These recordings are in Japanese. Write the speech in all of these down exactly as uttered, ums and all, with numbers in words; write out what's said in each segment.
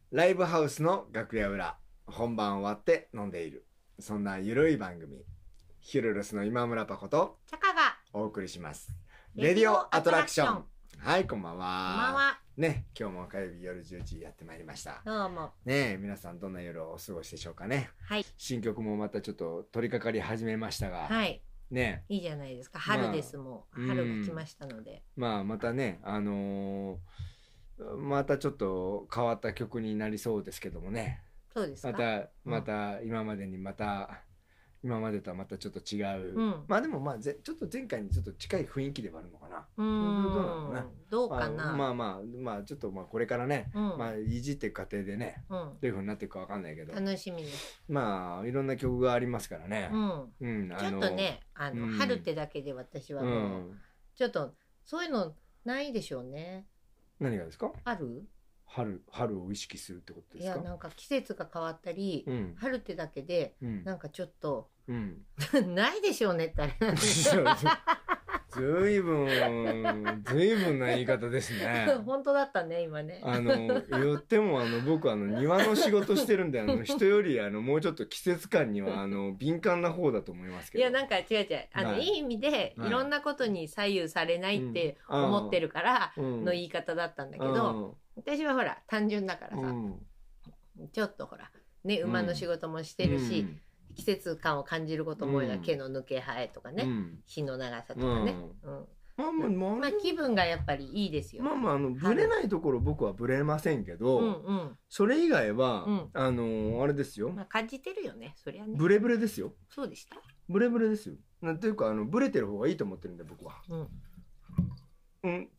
ライブハウスの楽屋裏、本番終わって飲んでいる、そんなゆるい番組、ヒュルルスの今村パコとチャカがお送りします。レディオアトラクション。はい、こんばんは。 こんばんは。 ね、今日も火曜日夜じゅうじやってまいりました。 どうも。 ね、皆さんどんな夜をお過ごしでしょうかね。 はい。 新曲もまたちょっと取り掛かり始めましたが。 はい。 ね。 いいじゃないですか。春です、もう。春が来ましたので。 まあ、またね、あのー、またちょっと変わった曲になりそうですけどもね。 そうですか。 またまた今までにまた、うん、今までとはまたちょっと違う、うん、まあでもまあぜちょっと前回にちょっと近い雰囲気ではあるのかな。 うん、どうなのかな。どうかな。 まあまあまあ、まあ、ちょっとまあこれからね、うん、まあいじっていく過程でね、うん、どういう風になっていくかわかんないけど、 楽しみです。 まあいろんな曲がありますからね。 うんうん、ちょっとね、あの、うん、春ってだけで私はもう、うん、ちょっとそういうのないでしょうね。 何がですか？ ある？ 春春を意識するってことですか？ いや、なんか季節が変わったり、うん、春ってだけで、うん、なんかちょっと、うん、ないでしょうねってあれなんですよ。 ずいぶんずいぶんな言い方ですね。 本当だったね今ね。 あの言ってもあの僕あの庭の仕事してるんで、あの人よりあのもうちょっと季節感にはあの敏感な方だと思いますけど。 いやなんか違う違う、あの、はい、いい意味でいろんなことに左右されないって思ってるからの言い方だったんだけど、私はほら単純だからさ、うん、ちょっとほらね馬の仕事もしてるし、うん、季節感を感じることも多いな、毛の抜け生えとかね、うん、日の長さとかね、うん、まあまあまあ、まあ、気分がやっぱりいいですよ。 まあまああのブレないところ僕はブレませんけど、うんうん、それ以外は、うん、あのあれですよ、 まあ、感じてるよねそりゃね。 ブレブレですよ。 そうでした。 ブレブレですよ。なんていうかあのブレてる方がいいと思ってるんで僕は。うんうん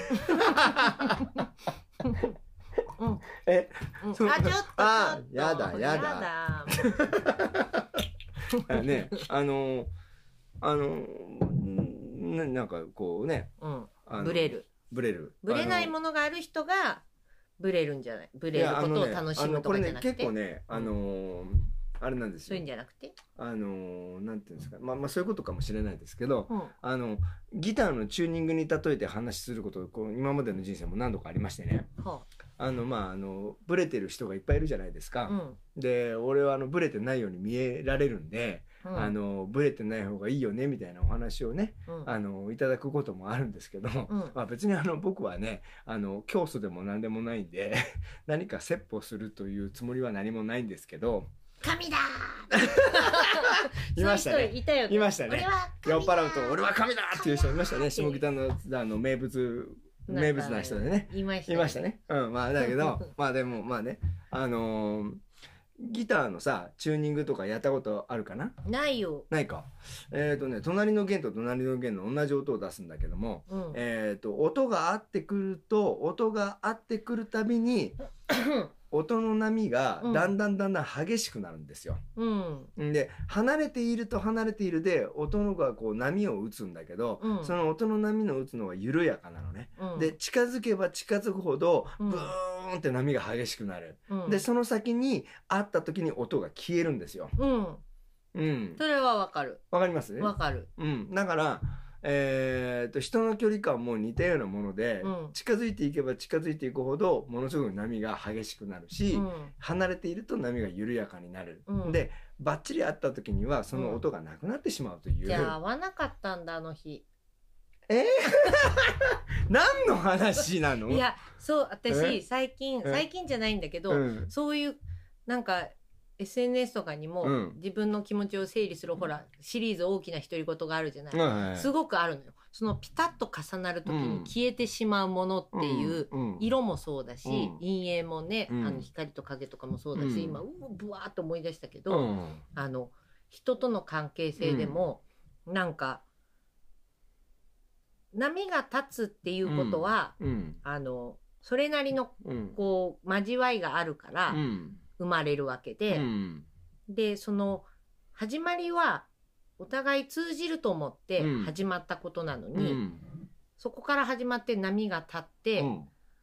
うん、え、 うん、あ、ちょっと、 あ、やだ、やだ。あね、あの、あの、な、なんかこうね、 うん、ブレる。 ブレる。 ブレないものがある人が、ブレるんじゃない。ブレることを楽しむとかじゃなくて。 これね、結構ね、あの、あれなんですよ。 そういうんじゃなくて、 あのなんていうんですか、まあまあそういうことかもしれないですけど、うん、あのギターのチューニングに例えて話することをこう今までの人生も何度かありましてね、はあ、あのまああのブレてる人がいっぱいいるじゃないですか、うん、で俺はあのブレてないように見えられるんで、うん、あのブレてない方がいいよねみたいなお話をね、うん、あのいただくこともあるんですけど、うん、まあ別にあの僕はねあの教祖でも何でもないんで何か説法するというつもりは何もないんですけど、 神だーいましたね。 いたよね。 いましたね。酔っ払うと俺は神だっていう人いましたね。下北のあの名物名物な人でね。 いましたね。 いましたね。うん、まあだけどまあでもまあね、あのー、ギターのさチューニングとかやったことあるかな？ ないよ。 ないか。えっとね、隣の弦と隣の弦の同じ音を出すんだけども、うん、えっと音が合ってくると音が合ってくるたびに音の波がだんだんだんだん激しくなるんですよ。うん、で離れていると離れているで音のがこう波を打つんだけど、うん、その音の波の打つのは緩やかなのね。うん、で近づけば近づくほどブーンって波が激しくなる。うん、でその先に会った時に音が消えるんですよ。うんうん、それはわかる。 わかります？ わかる。 うん、だからえー、と人の距離感も似たようなもので、うん、近づいていけば近づいていくほどものすごく波が激しくなるし、うん、離れていると波が緩やかになる、うん、でバッチリ会った時にはその音がなくなってしまうという、うん、 じゃあ合わなかったんだあの日。 えー、何の話なの？ いやそう私最近最近じゃないんだけど、うん、そういうなんかエスエヌエス とかにも、うん、自分の気持ちを整理するほらシリーズ大きな独り言があるじゃない、はいはい、すごくあるのよ。そのピタッと重なる時に消えてしまうものっていう、うん、色もそうだし、うん、陰影もね、うん、あの光と影とかもそうだし、うん、今うぶわーっと思い出したけど、うん、あの人との関係性でも、うん、なんか波が立つっていうことは、うん、あのそれなりのこう交わいがあるから、うん生まれるわけで、うん、でその始まりはお互い通じると思って始まったことなのに、うん、そこから始まって波が立って、うん、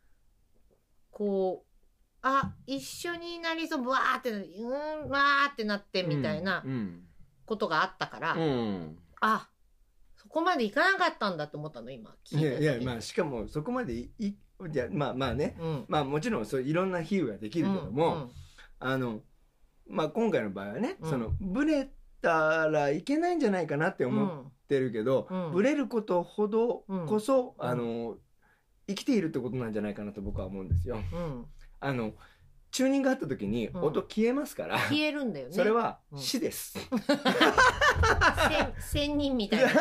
こうあ一緒になりそうブワーってうんわーってなってみたいなことがあったから、うんうん、あそこまでいかなかったんだと思ったの今聞いて。 いやいやまあしかもそこまでいじゃまあまあね、うん、まあもちろんそういろんな比喩ができるけども、うんうん、あのまあ今回の場合はね、うん、そのブレたらいけないんじゃないかなって思ってるけど、うん、ブレることほどこそ、うん、あの生きているってことなんじゃないかなと僕は思うんですよ。うん、あのチューニングがあった時に音消えますから、うん、 消えるんだよね。 それは死です。うん、 仙人みたいな。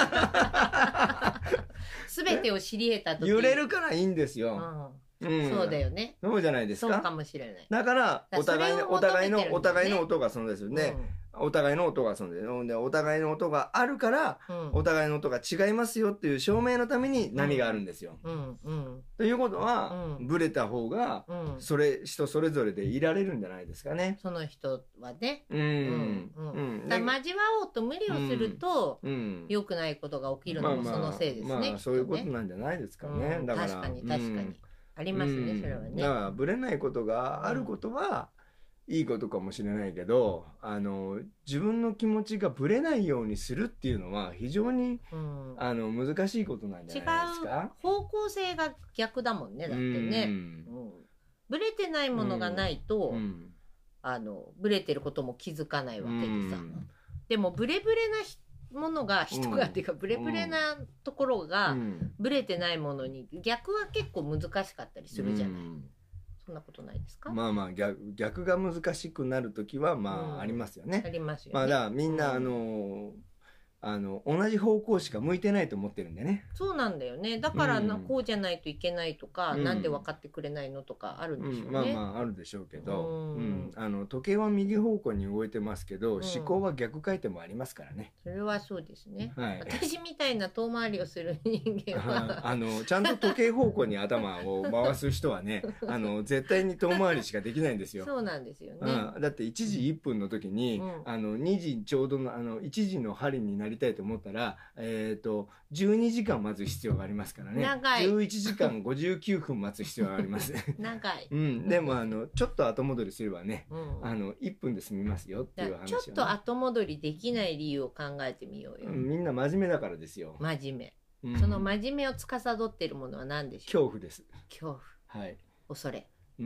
すべてを知り得た時揺れるからいいんですよ。 うんうん、そうだよね。 そうじゃないですか。 そうかもしれない。 だからお互いのお互いのお互いの音がそうですよね。うん、お互いの音がそうですで、お互いの音があるから、うん、お互いの音が違いますよっていう証明のために波があるんですよ。うんうん、ということは、うん、ブレた方がそれ人それぞれでいられるんじゃないですかね。 その人はね。うんうんうん。だから交わおうと無理をすると、うん、良くないことが起きるのもそのせいですね。 まあ、まあまあ、そういうことなんじゃないですかね。うん、だから確かに確かに。うんありますね、それはね。 だからブレないことがあることは、いいことかもしれないけど、あの自分の気持ちがぶれないようにするっていうのは非常に、うん、あの難しいことなんじゃないですか。 違う方向性が逆だもんね。だってね、うん、ぶれてないものがないと、うん、あのぶれてることも気づかないわけでさ、うん、でもブレブレな人ものが人が、うん、っていうかブレブレなところが、うん、ブレてないものに逆は結構難しかったりするじゃない、うん、そんなことないですか。 まあまあ 逆, 逆が難しくなる時はまあありますよね、 ありますよね。 まあだからみんな、あのあの同じ方向しか向いてないと思ってるんでね。 そうなんだよね。だからな、うん、こうじゃないといけないとか、うん、なんで分かってくれないのとかあるんでしょうね、 うん、まあまああるでしょうけど、うんうん、あの時計は右方向に動いてますけど、うん、思考は逆回転もありますからね。 それはそうですね、はい、私みたいな遠回りをする人間はあのちゃんと時計方向に頭を回す人はねあの絶対に遠回りしかできないんですよ。 そうなんですよね。 だっていちじいっぷんの時に、うん、あのにじちょうどの、あのいちじの針になりたいと思ったら、えー、とじゅうにじかん待つ必要がありますからね。 長い。 じゅういちじかんごじゅうきゅうふん待つ必要があります長い、 うん、でもあのちょっと後戻りすればね、うん、あのいっぷんで済みますよっていう話を、ね、 ちょっと後戻りできない理由を考えてみようよ、 うん、みんな真面目だからですよ。 真面目、うん、その真面目を司っているものは何でしょう。 恐怖です。 恐怖、 はい、 恐れ、 うんうん、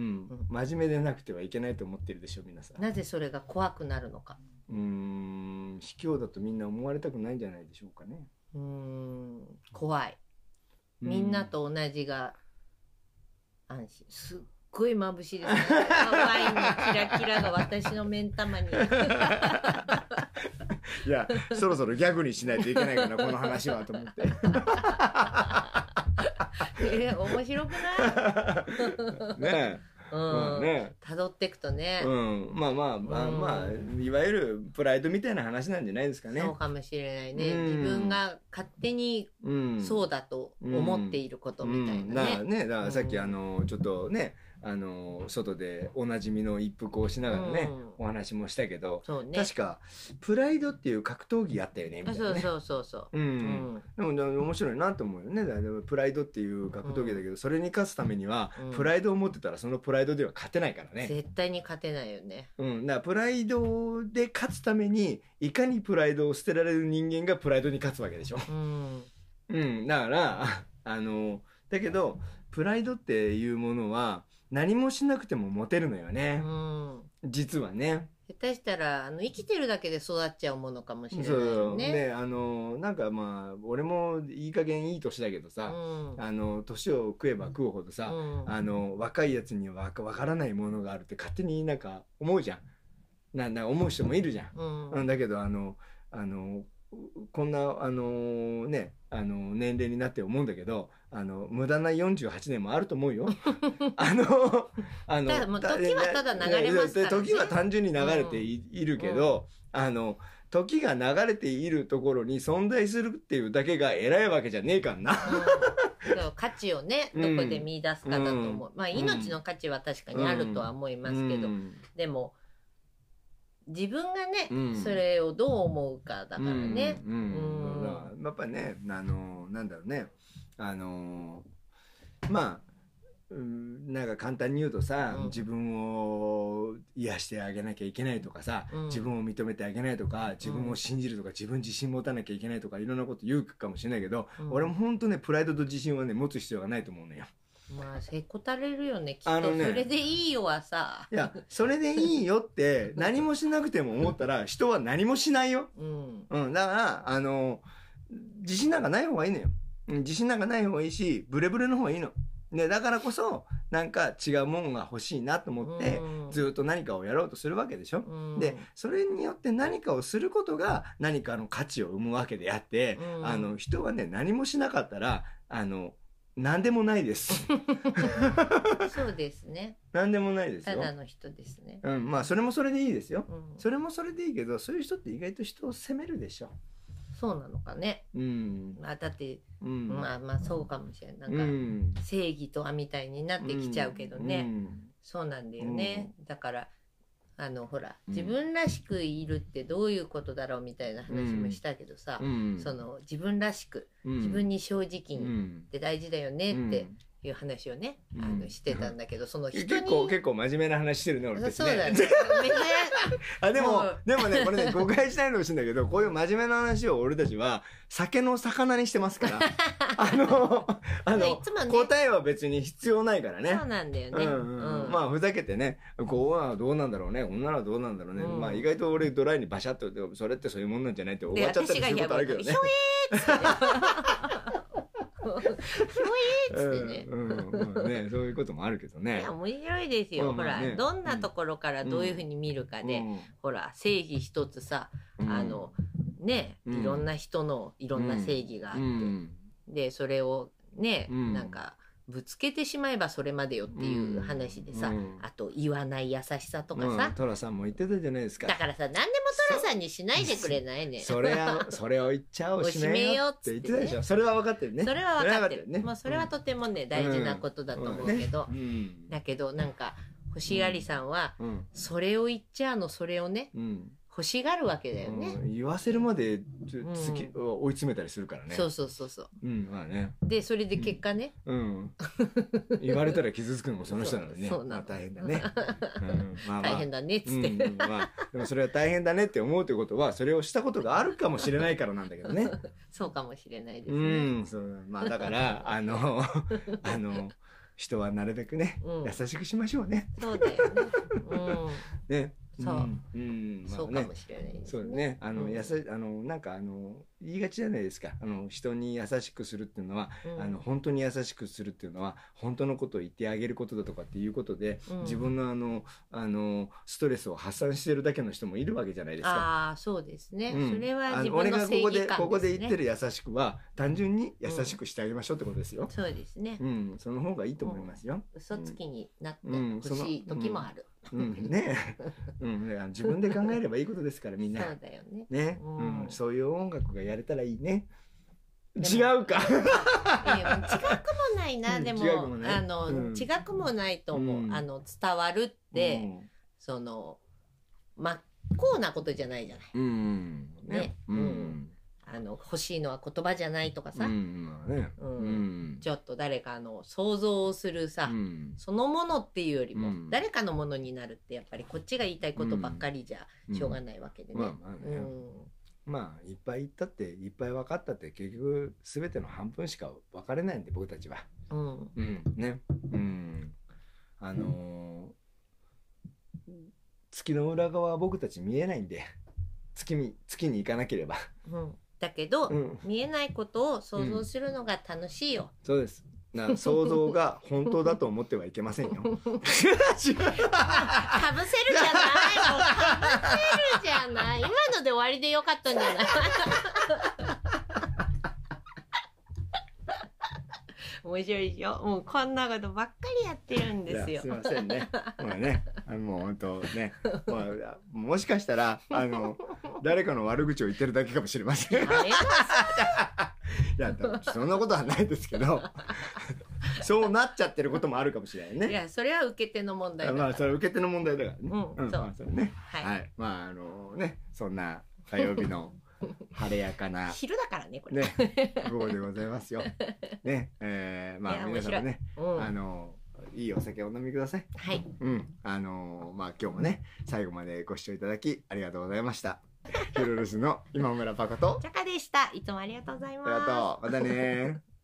真面目でなくてはいけないと思ってるでしょう皆さん。 なぜそれが怖くなるのか。 うーん、卑怯だとみんな思われたくないんじゃないでしょうかね。 うーん、怖い。みんなと同じが安心。すっごい眩しいですね。ワインのキラキラが私の目ん玉に。 いや、そろそろギャグにしないといけないかなこの話はと思って。 えー、面白くない？ ねえ。うん、ね、 辿っていくとね、 うん、まあまあまあまあ、うん、いわゆるプライドみたいな話なんじゃないですかね。 そうかもしれないね、うん、自分が勝手にそうだと思っていることみたいなね、 うんうん、だからね、だからさっきあのちょっとね、あの外でおなじみの一服をしながらね、うん、お話もしたけど、ね、確かプライドっていう格闘技やったよねみたいなね。 そうそうそうそう、 うんうん、でも面白いなと思うよね。だからプライドっていう格闘技だけど、うん、それに勝つためには、うん、プライドを持ってたらそのプライドでは勝てないからね。 絶対に勝てないよね。 うん、だからプライドで勝つためにいかにプライドを捨てられる人間がプライドに勝つわけでしょ。うん、うん、だからあのだけどプライドっていうものは何もしなくてもモテるのよね、うん、実はね。 下手したらあの生きてるだけで育っちゃうものかもしれないよね。 で、あのなんかまあ俺もいい加減いい年だけどさ、うん、あの年を食えば食うほどさ、うん、あの若いやつには分からないものがあるって勝手になんか思うじゃん。なな思う人もいるじゃん、うん、だけどあのあのこんなあのねあの年齢になって思うんだけど、あの無駄なよんじゅうはちねんもあると思うよ。あのあのだもう時はただ流れますからね。 時は単純に流れて い,、うん、いるけど、うん、あの時が流れているところに存在するっていうだけが偉いわけじゃねえかんな。 うん、価値をねどこで見出すかだと思う、うん、まあ命の価値は確かにあるとは思いますけど、うん、でも自分がね、うん、それをどう思うかだからね。うんうんうん、やっぱりね、あのなんだろうね、あのまあ、うん、なんか簡単に言うとさ、うん、自分を癒してあげなきゃいけないとかさ、うん、自分を認めてあげないとか、自分を信じるとか、自分自信持たなきゃいけないとか、いろんなこと言うかもしれないけど、うん、俺も本当ねプライドと自信はね持つ必要がないと思うのよ。 まあせこたれるよねきっと、ね、それでいいよはさ、 いやそれでいいよって何もしなくても思ったら人は何もしないよ、うんうん、だからあの自信なんかない方がいいのよ、うん、自信なんかない方がいいしブレブレの方がいいの、ね、だからこそなんか違うもんが欲しいなと思って、うん、ずっと何かをやろうとするわけでしょ、うん、でそれによって何かをすることが何かの価値を生むわけであって、うん、あの人はね何もしなかったらあの何でもないですそうですね、 何でもないですよ、 ただの人ですね、 うん、まあそれもそれでいいですよ、うん、それもそれでいいけどそういう人って意外と人を責めるでしょ。 そうなのかね、うん、まあだって、うん、まあまあそうかもしれない、なんか、うん、正義とはみたいになってきちゃうけどね、うん、そうなんだよね、うん、だからあのほら、うん、自分らしくいるってどういうことだろうみたいな話もしたけどさ、うん、その自分らしく、うん、自分に正直にって大事だよねっていう話をね、うん、あのしてたんだけど、その人に結構結構真面目な話してるね俺たちね。 そうだねあでもでもねこれね誤解しないのかもしれないけど、こういう真面目な話を俺たちは酒の魚にしてますからあのあの、ね、答えは別に必要ないからね。 そうなんだよね、うんうん、 まあふざけてね、こうはどうなんだろうね、女はどうなんだろうね、うん、まあ意外と俺ドライにバシャッとそれってそういうもんなんじゃないって終わっちゃったりすることあるけどね。ひょえーっつってひょえーっつってね、うんうんまあ、ねそういうこともあるけどね。 いや面白いですよ、まあまあね、ほらどんなところからどういうふうに見るかで、うん、ほら正義一つさ、うん、あのね、いろんな人のいろんな正義があって、うん、でそれをね、うん、なんかぶつけてしまえばそれまでよっていう話でさ、うん、あと言わない優しさとかさ、 トラさんも言ってたじゃないですか。 だからさ、何でもトラさんにしないでくれないね。 それをそれを言っちゃおうしめようって言ってたでしょ。それは分かってるね。 それは分かってるね。まあそれはとてもね、うん、大事なことだと思うけど、うんうんね、だけどなんか星ありさんは、うん、それを言っちゃうの、それをね、うん欲しがるわけだよね、 うん、言わせるまでつき、うん、追い詰めたりするからね。 そうそうそうそう、 うんまあね、 でそれで結果ね、 うん、うん、言われたら傷つくのもその人なのでね、そうそうまあ、大変だね、うんまあまあ、 大変だねっつって、うんまあ、 でもそれは大変だねって思うということはそれをしたことがあるかもしれないからなんだけどねそうかもしれないですね、 うんそうまあだからあのあの人はなるべくね、うん、優しくしましょうね。 そうだよね、うん、 ねそう、うんうんまあね、そうかもしれないですね。 そうね、あの、うん、やさあのなんかあの言いがちじゃないですか。あの人に優しくするっていうのは、うん、あの本当に優しくするっていうのは本当のことを言ってあげることだとかっていうことで、うん、自分のあのあのストレスを発散してるだけの人もいるわけじゃないですか。 ああ、そうですね。うん、それは自分の正義感ですね。 俺がここでここで言ってる優しくは単純に優しくしてあげましょうってことですよ。 うん、そうですね。 うん、その方がいいと思いますよ。 嘘つきになってほしい時もある。 うんね、うん、自分で考えればいいことですからみんな。 そうだよね。 ね、うん、うん、そういう音楽がやれたらいいね。違うか。 いや違くもないな、でも、うん、あの、うん、違くもないと思う。うん、あの伝わるって、うん、その真っ向なことじゃないじゃない。うん、ね、ね、うん。あの欲しいのは言葉じゃないとかさ、うんねうんうん、ちょっと誰かの想像をするさ、うん、そのものっていうよりも、うん、誰かのものになるってやっぱりこっちが言いたいことばっかりじゃしょうがないわけでね。まあまあね、うん、 まあいっぱい言ったっていっぱい分かったって結局全ての半分しか分かれないんで僕たちは。うんうん、ね、うん、あのー、月の裏側は僕たち見えないんで月に月に行かなければ。 うんだけど、うん、見えないことを想像するのが楽しいよ、 うん、そうです。な想像が本当だと思ってはいけませんよ。かぶせるじゃない、もうかぶせるじゃない。今ので終わりでよかったんじゃない。面白いでしょ。もうこんなことばっかりやってるんですよ。 すいませんね。まあね、あのもう本当ね、まあ、もしかしたらあの誰かの悪口を言ってるだけかもしれません。いやそんなことはないですけど、そうなっちゃってることもあるかもしれないね。 いやそれは受け手の問題だから。 まあそれは受け手の問題だからね。うん、うん、そう、まあ、それね。はい、はい、まああのねそんな火曜日の晴れやかな昼だからねこれね午後でございますよ。ね、えー、まあ皆様ね、うん、あのいいお酒をお飲みください。 はい。 うん、あのまあ今日もね最後までご視聴いただきありがとうございました。ヒロルスの今村パコとチャカでした。いつもありがとうございます。 ありがとう。またね